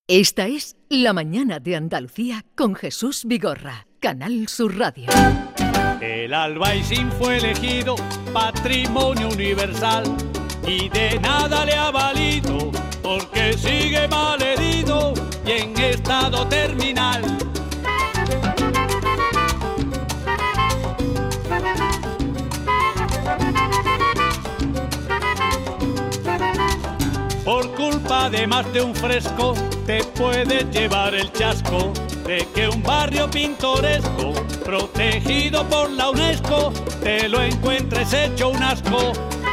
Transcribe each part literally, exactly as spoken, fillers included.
Esta es La Mañana de Andalucía con Jesús Vigorra, Canal Sur Radio. El Albaicín fue elegido patrimonio universal y de nada le ha valido porque sigue mal herido y en estado terminal. Por culpa de más de un fresco te puedes llevar el chasco de que un barrio pintoresco protegido por la UNESCO te lo encuentres hecho un asco.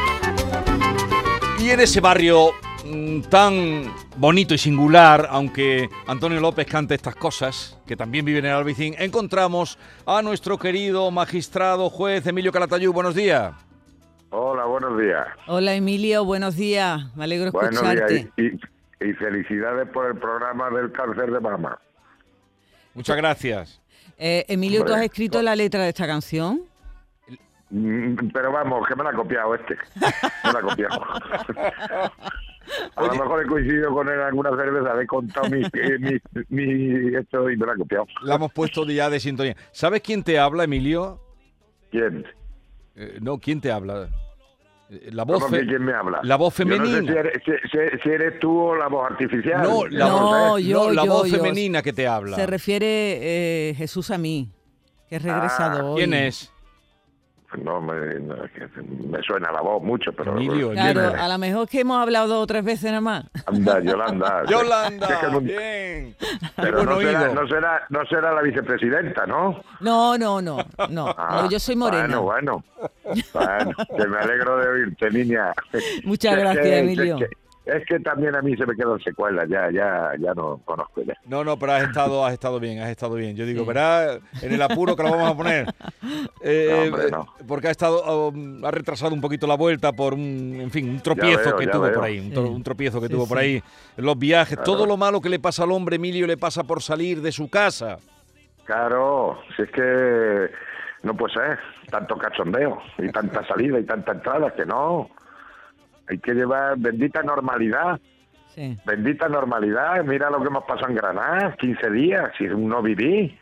Y en ese barrio mmm, tan bonito y singular, aunque Antonio López cante estas cosas, que también vive en el Albaicín, encontramos a nuestro querido magistrado juez Emilio Calatayud. Buenos días. Hola, buenos días. Hola, Emilio, buenos días. Me alegro buenos escucharte. Días y, y, y felicidades por el programa del cáncer de mama. Muchas gracias. Eh, Emilio, Hombre, ¿tú has escrito la letra de esta canción? Pero vamos, que me la ha copiado este. Me la ha copiado. A lo mejor he coincidido con él en alguna cerveza, le he contado mi, mi, mi esto y me la ha copiado. La hemos puesto ya de sintonía. ¿Sabes quién te habla, Emilio? ¿Quién? Eh, no, ¿quién te habla? La voz ¿Cómo que quién me habla? La voz femenina. Yo no sé si eres, si, si, si eres tú o la voz artificial. No, la, no, voz, yo, no, la yo, voz yo. femenina que te habla. Se refiere eh, Jesús a mí, que es regresado Ah, hoy. ¿Quién es? No, me, no, me suena la voz mucho, pero... Emilio, Claro, Emilio. a lo mejor que hemos hablado dos o tres veces nada más. Anda, Yolanda. Yolanda, Es que el mundo- bien. Pero Buen no será, oído. no, será, no será la vicepresidenta, ¿no? No, no, no, no, Ah, no, yo soy morena. Bueno, bueno. Bueno, que me alegro de oírte, niña. Muchas Es gracias, que- Emilio. Es que, es que también a mí se me quedan secuelas, ya, ya, ya no conozco ya. No, no, pero has estado, has estado bien, has estado bien. Yo digo, Sí. verás, en el apuro que lo vamos a poner. Eh, No, hombre, no. Porque ha estado, um, ha retrasado un poquito la vuelta por un, en fin, un tropiezo veo, que ya tuvo veo. por ahí, un, tro- Sí. un tropiezo que Sí, tuvo sí. por ahí en los viajes. Claro. Todo lo malo que le pasa al hombre, Emilio, le pasa por salir de su casa. Claro, si es que no puede ser tanto cachondeo y tanta salida y tanta entrada, que no. Hay que llevar bendita normalidad. Sí. Bendita normalidad, mira lo que hemos pasado en Granada, quince días, si no viví.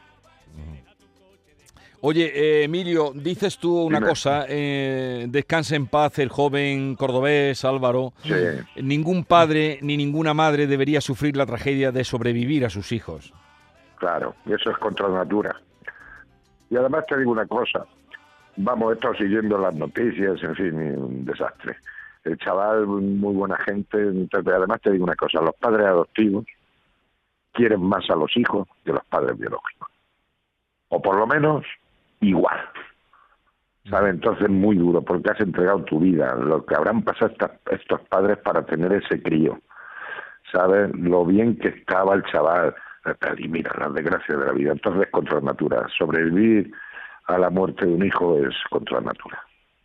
Oye, eh, Emilio, dices tú una Dime. cosa, eh, descanse en paz el joven cordobés Álvaro. Sí, Ningún padre ni ninguna madre debería sufrir la tragedia de sobrevivir a sus hijos. claro, y eso es contra natura. Y además te digo una cosa, vamos, he estado siguiendo las noticias, en fin, un desastre. El chaval, muy buena gente, entonces, además te digo una cosa, los padres adoptivos quieren más a los hijos que los padres biológicos. O por lo menos, igual. ¿Sabes? Entonces muy duro, porque has entregado tu vida, lo que habrán pasado estas, estos padres para tener ese crío. ¿Sabes? Lo bien que estaba el chaval. Y mira, las desgracias de la vida. Entonces es contra natura. Sobrevivir a la muerte de un hijo es contra natura.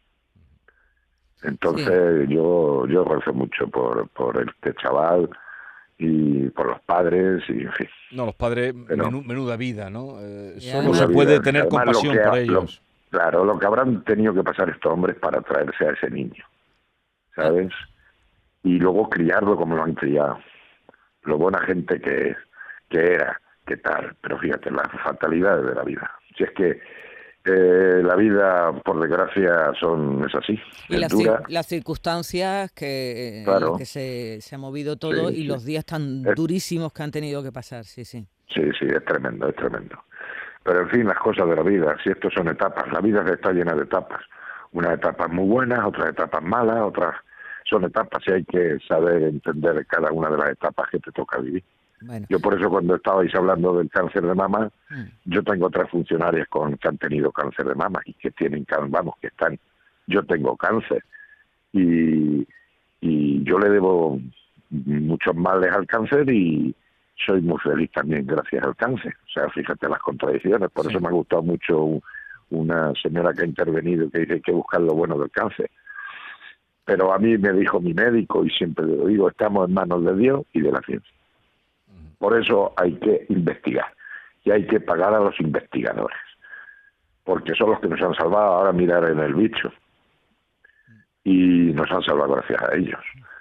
Entonces sí. yo yo rezo mucho por, por este chaval y por los padres y en fin. No, los padres, Pero, menú, menuda vida, ¿no? Eh, Ya, solo no. se puede vida. tener Además, compasión lo que, por lo, ellos. Claro, lo que habrán tenido que pasar estos hombres para traerse a ese niño, ¿sabes? Y luego criarlo como lo han criado. Lo buena gente que es, que era, que tal. Pero fíjate, las fatalidades de la vida. Si es que eh, la vida, por desgracia, son es así. Y es las, dura. cir- las circunstancias que, en Claro. las que se, se ha movido todo Sí, y sí. los días tan Es- durísimos que han tenido que pasar, sí, sí. Sí, sí, es tremendo, es tremendo. Pero en fin, las cosas de la vida, si esto son etapas, la vida está llena de etapas. Unas etapas muy buenas, otras etapas malas, otras son etapas y hay que saber entender cada una de las etapas que te toca vivir. Bueno, Yo por eso cuando estabais hablando del cáncer de mama, mm, yo tengo otras funcionarias con que han tenido cáncer de mama y que tienen, can- vamos, que están, yo tengo cáncer y, y yo le debo muchos males al cáncer y soy muy feliz también gracias al cáncer. O sea, fíjate las contradicciones, por Sí. eso me ha gustado mucho un- una señora que ha intervenido que dice que hay que buscar lo bueno del cáncer. Pero a mí me dijo mi médico y siempre le digo, estamos en manos de Dios y de la ciencia. Por eso hay que investigar y hay que pagar a los investigadores, porque son los que nos han salvado. Ahora mirar en el bicho y nos han salvado gracias a ellos.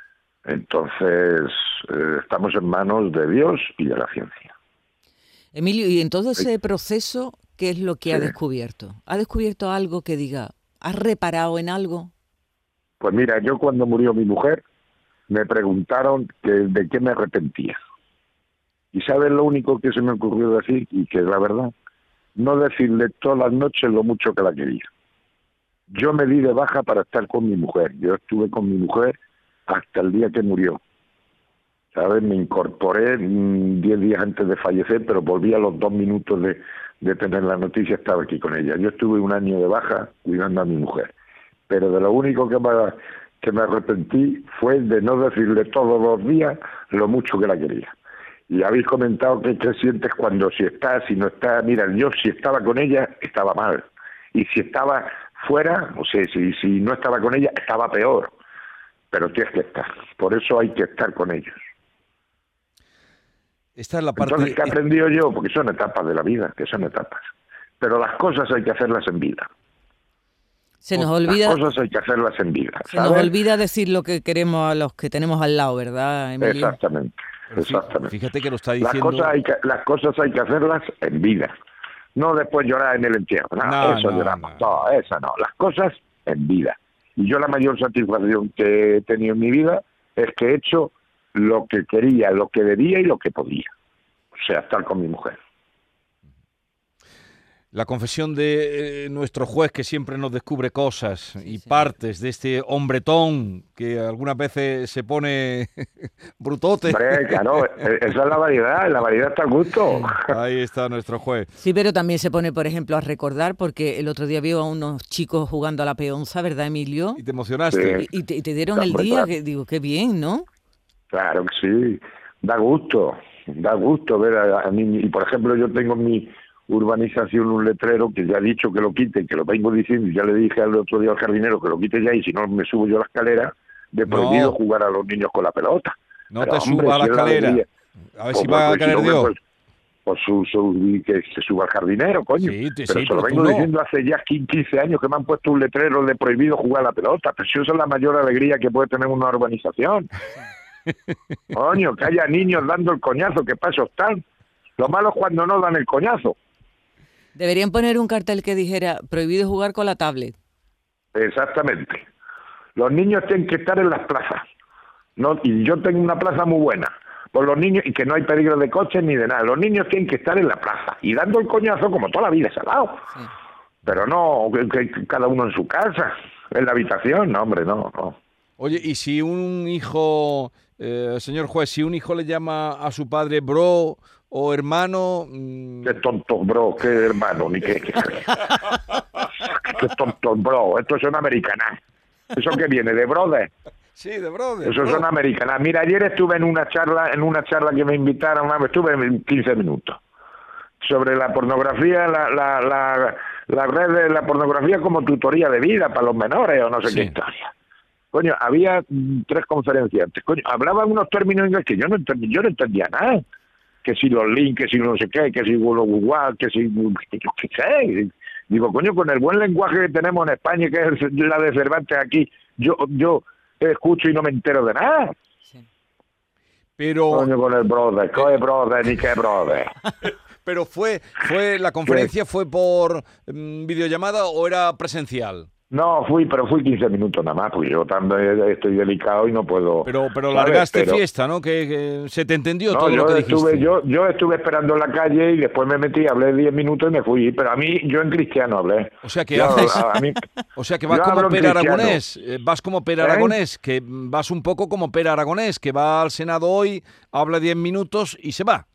Entonces, eh, estamos en manos de Dios y de la ciencia. Emilio, y en todo ese proceso, ¿qué es lo que Sí. ha descubierto? ¿Ha descubierto algo que diga, has reparado en algo? Pues mira, yo cuando murió mi mujer, me preguntaron que de qué me arrepentía. ¿Y sabes lo único que se me ocurrió decir? Y que es la verdad, no decirle todas las noches lo mucho que la quería. Yo me di de baja para estar con mi mujer. Yo estuve con mi mujer hasta el día que murió. ¿Sabes? Me incorporé mmm, diez días antes de fallecer, pero volví a los dos minutos de, de tener la noticia, estaba aquí con ella. Yo estuve un año de baja cuidando a mi mujer. Pero de lo único que me, que me arrepentí fue de no decirle todos los días lo mucho que la quería. Y habéis comentado que qué sientes cuando si estás, si no estás. Mira, yo si estaba con ella, estaba mal. Y si estaba fuera, o sea, si, si no estaba con ella, estaba peor. Pero tienes que estar. Por eso hay que estar con ellos. Esta es la parte... Entonces, ¿qué he aprendido yo? Porque son etapas de la vida, que son etapas. Pero las cosas hay que hacerlas en vida. Se nos olvida, Las cosas hay que hacerlas en vida. se ¿sabes? nos olvida decir lo que queremos a los que tenemos al lado, ¿verdad, Emilio? Exactamente, exactamente. Fíjate que lo está Las diciendo... cosas, hay que, las cosas hay que hacerlas en vida. No después llorar en el entierro. No, No, eso no, lloramos. no. No, eso no. Las cosas en vida. Y yo la mayor satisfacción que he tenido en mi vida es que he hecho lo que quería, lo que debía y lo que podía. O sea, estar con mi mujer. La confesión de eh, nuestro juez, que siempre nos descubre cosas Sí, y sí. partes de este hombretón que algunas veces se pone brutote. Hombre, claro, esa es la variedad. La variedad está a gusto. Ahí está nuestro juez. Sí, pero también se pone, por ejemplo, a recordar, porque el otro día vio a unos chicos jugando a la peonza, ¿verdad, Emilio? Y te emocionaste. Sí. Y, y te, y te dieron el Hombre, día, claro. que digo, qué bien, ¿no? Claro que sí, da gusto, da gusto ver a, a mí. Y por ejemplo, yo tengo en mi urbanización un letrero que ya he dicho que lo quite, que lo vengo diciendo, y ya le dije al otro día al jardinero que lo quite ya, y si no me subo yo a la escalera, de No. prohibido jugar a los niños con la pelota. No Pero, te hombre, subas a la si es escalera. alegría. A ver Pues, si va a pues, si caer no, Dios. Pues, pues su, su- que se suba al jardinero, coño. Sí, te- pero sí, se lo pero tú vengo no. diciendo hace ya quince años que me han puesto un letrero de prohibido jugar a la pelota. Pero si eso es la mayor alegría que puede tener una urbanización. Coño, que haya niños dando el coñazo, que para eso están. Lo malo es cuando no dan el coñazo. Deberían poner un cartel que dijera, prohibido jugar con la tablet. Exactamente. Los niños tienen que estar en las plazas. No, y yo tengo una plaza muy buena. Por los niños, y que no hay peligro de coches ni de nada. Los niños tienen que estar en la plaza. Y dando el coñazo como toda la vida se ha dado. Sí. Pero no, que, que cada uno en su casa, en la habitación. No, hombre, no, no. Oye, y si un hijo, eh, señor juez, si un hijo le llama a su padre bro o hermano... mm, Qué tonto, bro, qué hermano, ni qué... Qué, qué tonto, bro. Esto es una americana. ¿Eso que viene? ¿De brother? sí, de brother. Eso bro. son americanas. Mira, ayer estuve en una charla, en una charla que me invitaron, una vez estuve en quince minutos, sobre la pornografía, la, la, la, la red de la pornografía como tutoría de vida para los menores o no sé Sí. qué historia. Coño, había mm, tres conferenciantes. Coño, hablaban unos términos en inglés que yo no entendía, yo no entendía nada. Que si los links, que si no sé qué, que si los Google, que si... ¿Qué sé? Digo, coño, con el buen lenguaje que tenemos en España, que es la de Cervantes aquí, yo yo escucho y no me entero de nada. Sí. Pero, Coño, con el brother, ¿qué brother ni qué brother? pero fue, fue la conferencia fue por mm, videollamada o era presencial. No, fui, pero fui quince minutos nada más, porque yo también estoy delicado y no puedo... Pero, pero ¿sabes? largaste Pero- fiesta, ¿no? Que, que se te entendió No, todo yo lo que estuve, dijiste. yo, yo estuve esperando en la calle y después me metí, hablé diez minutos y me fui. Pero a mí, yo en cristiano hablé. O sea que Yo, haces- a, a mí, O sea que vas yo como hablo en Pera cristiano. Aragonés, eh, vas como Pera ¿Eh? Aragonés, que vas un poco como Pera Aragonés, que va al Senado hoy, habla diez minutos y se va.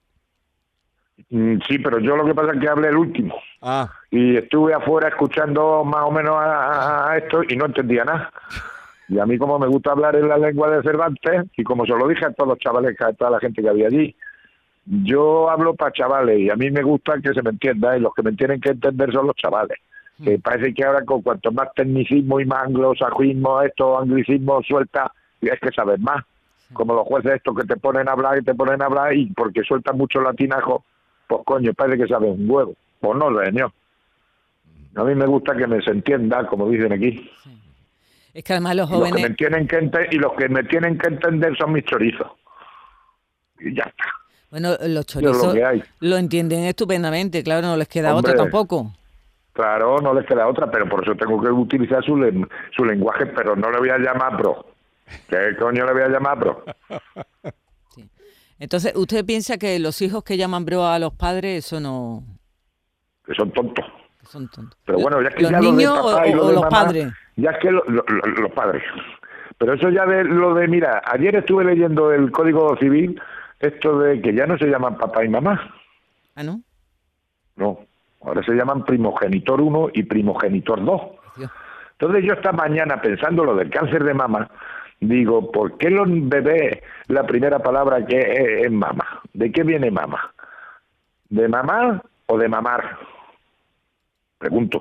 Mm, Sí, pero yo lo que pasa es que hablé el último. Ah, Y estuve afuera escuchando más o menos a, a- a esto y no entendía nada. Y a mí, como me gusta hablar en la lengua de Cervantes, y como se lo dije a todos los chavales, a toda la gente que había allí, yo hablo para chavales y a mí me gusta que se me entienda, y los que me tienen que entender son los chavales. Que parece que ahora con cuanto más tecnicismo y más anglosajismo, estos anglicismos suelta, es que sabes más. Como los jueces estos que te ponen a hablar y te ponen a hablar y porque sueltan mucho latinajo, pues coño, parece que sabes un huevo. Pues no, señor. A mí me gusta que me se entienda, como dicen aquí. Es que además los Y los que jóvenes... me tienen que ente- y los que me tienen que entender son mis chorizos. Y ya está. Bueno, los Eso es lo chorizos que hay. lo entienden estupendamente, claro, no les queda Hombre. otra tampoco. Claro, no les queda otra, pero por eso tengo que utilizar su, len- su lenguaje, pero no le voy a llamar bro. ¿Qué coño le voy a llamar bro? Sí. Entonces, ¿usted piensa que los hijos que llaman bro a los padres, eso no... Que son tontos. que son tontos? Pero bueno, ya es que ¿Los ya lo de niños papá o, y lo o de los mamá, padres? ya es que lo- lo- lo- los padres. Pero eso ya de lo de, mira, ayer estuve leyendo el Código Civil, esto de que ya no se llaman papá y mamá. ¿Ah, no? No, ahora se llaman primogenitor uno y primogenitor dos. Dios. Entonces yo esta mañana pensando lo del cáncer de mama, digo, ¿por qué los bebés la primera palabra que es, es mama? ¿De qué viene mama? ¿De mamá o de mamar? Pregunto.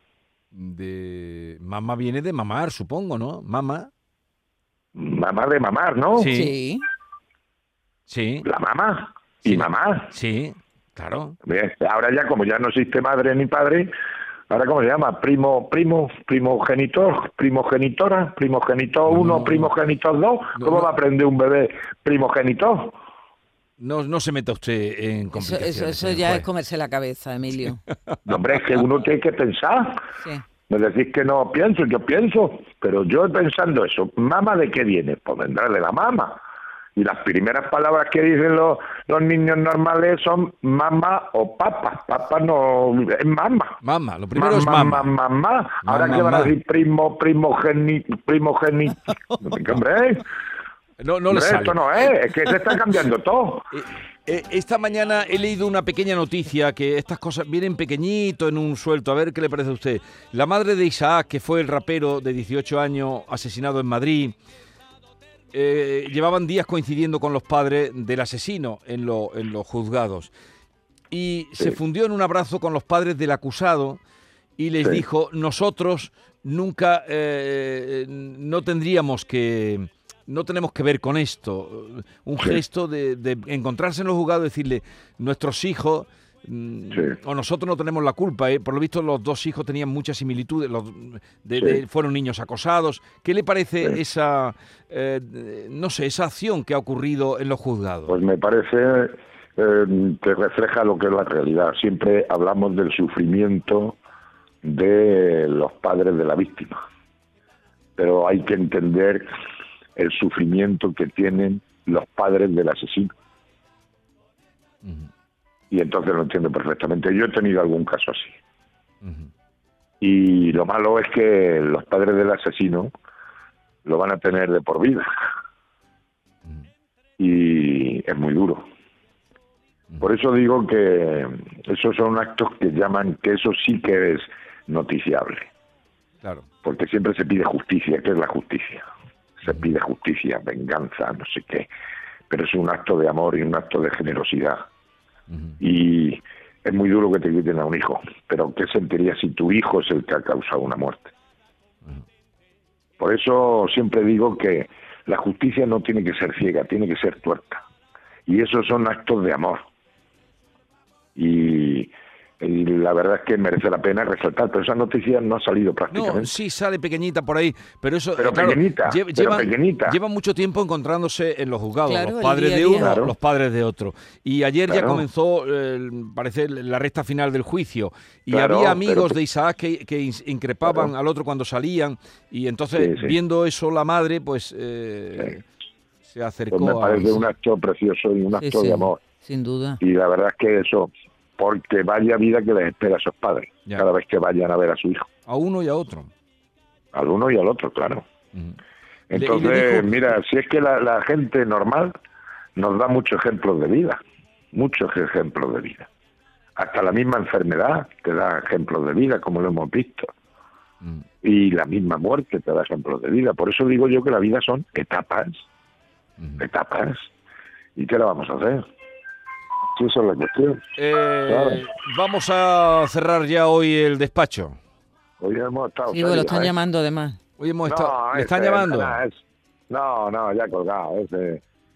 De mamá viene de mamar, supongo, ¿no? Mamá. Mamá de mamar, ¿no? Sí. Sí. Sí. La mamá y Sí. mamá. Sí, claro. Bien, ahora ya como ya no existe madre ni padre, ahora ¿cómo se llama? Primo, primo, primogenitor, primogenitora, primogenitor No, uno, no. primogenitor dos. No, ¿Cómo no. va a aprender un bebé primogenitor? No, no se meta usted en Eso, complicaciones. eso, eso señor ya juez. es comerse la cabeza, Emilio. No, hombre, es que uno tiene que pensar. Sí. Me decís que no pienso, yo pienso, pero yo pensando eso, ¿mama de qué viene? Pues vendrá de la mama. Y las primeras palabras que dicen los, los niños normales son mamá o papá. Papá no es mamá. Mamá, lo primero es mamá. mamá. Mamá. Ahora Mamá, que van a mamá. decir primo, primogeni, primogeni. Hombre, No, no le hombre, sale. esto no es, es que se está cambiando todo. Eh, eh, esta mañana he leído una pequeña noticia que estas cosas vienen pequeñito en un suelto. A ver qué le parece a usted. La madre de Isaac, que fue el rapero de dieciocho años asesinado en Madrid, eh, llevaban días coincidiendo con los padres del asesino en, lo- en los juzgados. Y se Sí. fundió en un abrazo con los padres del acusado y les Sí. dijo, nosotros nunca eh, no tendríamos que... No tenemos que ver con esto. Un Sí. gesto de, de encontrarse en los juzgados y decirle, nuestros hijos, mm, Sí. o nosotros no tenemos la culpa. ¿eh? Por lo visto, los dos hijos tenían muchas similitudes. Los, de- Sí. de- fueron niños acosados. ¿Qué le parece Sí. esa, eh, no sé, esa acción que ha ocurrido en los juzgados? Pues me parece eh, que refleja lo que es la realidad. Siempre hablamos del sufrimiento de los padres de la víctima, pero hay que entender el sufrimiento que tienen los padres del asesino. Ujú, Y entonces lo entiendo perfectamente. Yo he tenido algún caso así. ujú. Y lo malo es que los padres del asesino lo van a tener de por vida. Y es muy duro. Por eso digo que esos son actos que llaman, que eso sí que es noticiable. Claro. Porque siempre se pide justicia. ¿Qué es la justicia? Se pide justicia, venganza, no sé qué. Pero es un acto de amor y un acto de generosidad. Ujú. Y es muy duro que te quiten a un hijo. Pero ¿qué sentirías si tu hijo es el que ha causado una muerte? Por eso siempre digo que la justicia no tiene que ser ciega, tiene que ser tuerta. Y esos son actos de amor. Y, y la verdad es que merece la pena resaltar, pero esa noticia no ha salido prácticamente. No, sí sale pequeñita por ahí, pero eso Pero eh, claro, pequeñita, lle- pero llevan, pequeñita. llevan mucho tiempo encontrándose en los juzgados, Claro, los el padres día a de día. uno, Claro. los padres de otro. Y ayer ya Claro. comenzó, eh, parece, la recta final del juicio. Y Claro, había amigos pero- de Isaac que, que ins- increpaban Claro. al otro cuando salían. Y entonces, Sí, sí. viendo eso la madre, pues eh, se acercó Pues me a... parece un acto precioso y un Sí, acto sí, de amor. sin duda. Y la verdad es que eso, porque vaya vida que les espera a esos padres, Ya. cada vez que vayan a ver a su hijo. a uno y a otro. Al uno y al otro, claro. Ujú. Le- y le Entonces, dijo- mira, si es que la, la gente normal nos da muchos ejemplos de vida, muchos ejemplos de vida. Hasta la misma enfermedad te da ejemplos de vida, como lo hemos visto. Mm. Y la misma muerte te da ejemplos de vida. Por eso digo yo que la vida son etapas, Ujú. etapas. ¿Y qué le vamos a hacer? Sí, esa es la cuestión. Eh, Claro. Vamos a cerrar ya hoy el despacho. Hoy hemos estado... Sí, bueno, lo serios, están ¿eh? llamando además. Hoy hemos No, estado... ¿Le están ese, llamando? nada, es- no, no, ya colgado. Ese,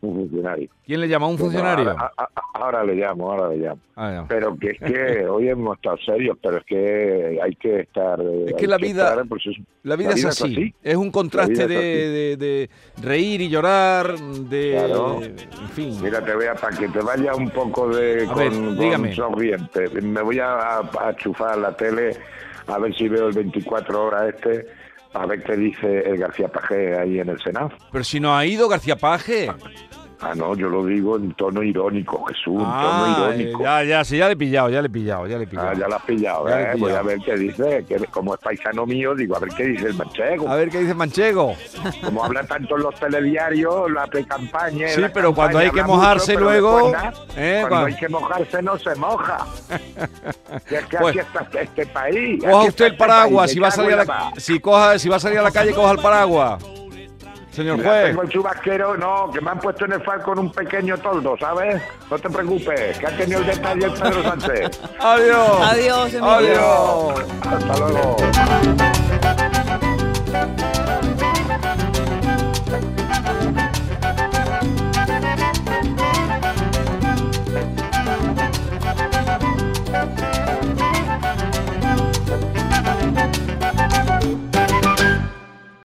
un funcionario. ¿Quién le llama? ¿Un Bueno, funcionario? Ahora, a- a- ahora le llamo, ahora le llamo. Ah, ya. Pero que es que hoy hemos estado serios, pero es que hay que estar... eh, Es que hay la vida- estar, pues, es- La vida, es, así. es un contraste La de, vida es de- de reír y llorar, de... Claro. En fin. Mira, te voy a, para que te vaya un poco de A con, ver, con dígame. sonriente, me voy a, a chufar la tele a ver si veo el veinticuatro horas este, a ver qué dice el García Pagé ahí en el Senado. Pero si no ha ido García Paje. Ah, no, yo lo digo en tono irónico, Jesús, en Ah, tono eh, irónico. ya, ya, sí, ya le he pillado, ya le he pillado, ya le he pillado. Ah, ya lo has pillado, Ya lo he ¿eh? pillado. Voy a ver qué dice, que como es paisano mío, digo, a ver qué dice el manchego. A ver qué dice Manchego. Como habla tanto en los telediarios, la pre-campaña... Sí, la pero cuando campaña, hay que habla mojarse mucho, pero luego, después nada. ¿eh? Cuando Cuando- hay que mojarse no se moja. Que es que Pues- así está este país. Coja así usted está el este paraguas, país, si me va a cago salir a en la, mar. si coja, si va a salir a la calle, coja el paraguas. Señor Mira, juez. tengo el chubasquero, no, que me han puesto en el Falcon un pequeño toldo, ¿sabes? No te preocupes, que ha tenido el detalle el Pedro Sánchez. Adiós. Adiós, Emilio. Adiós. Hasta luego.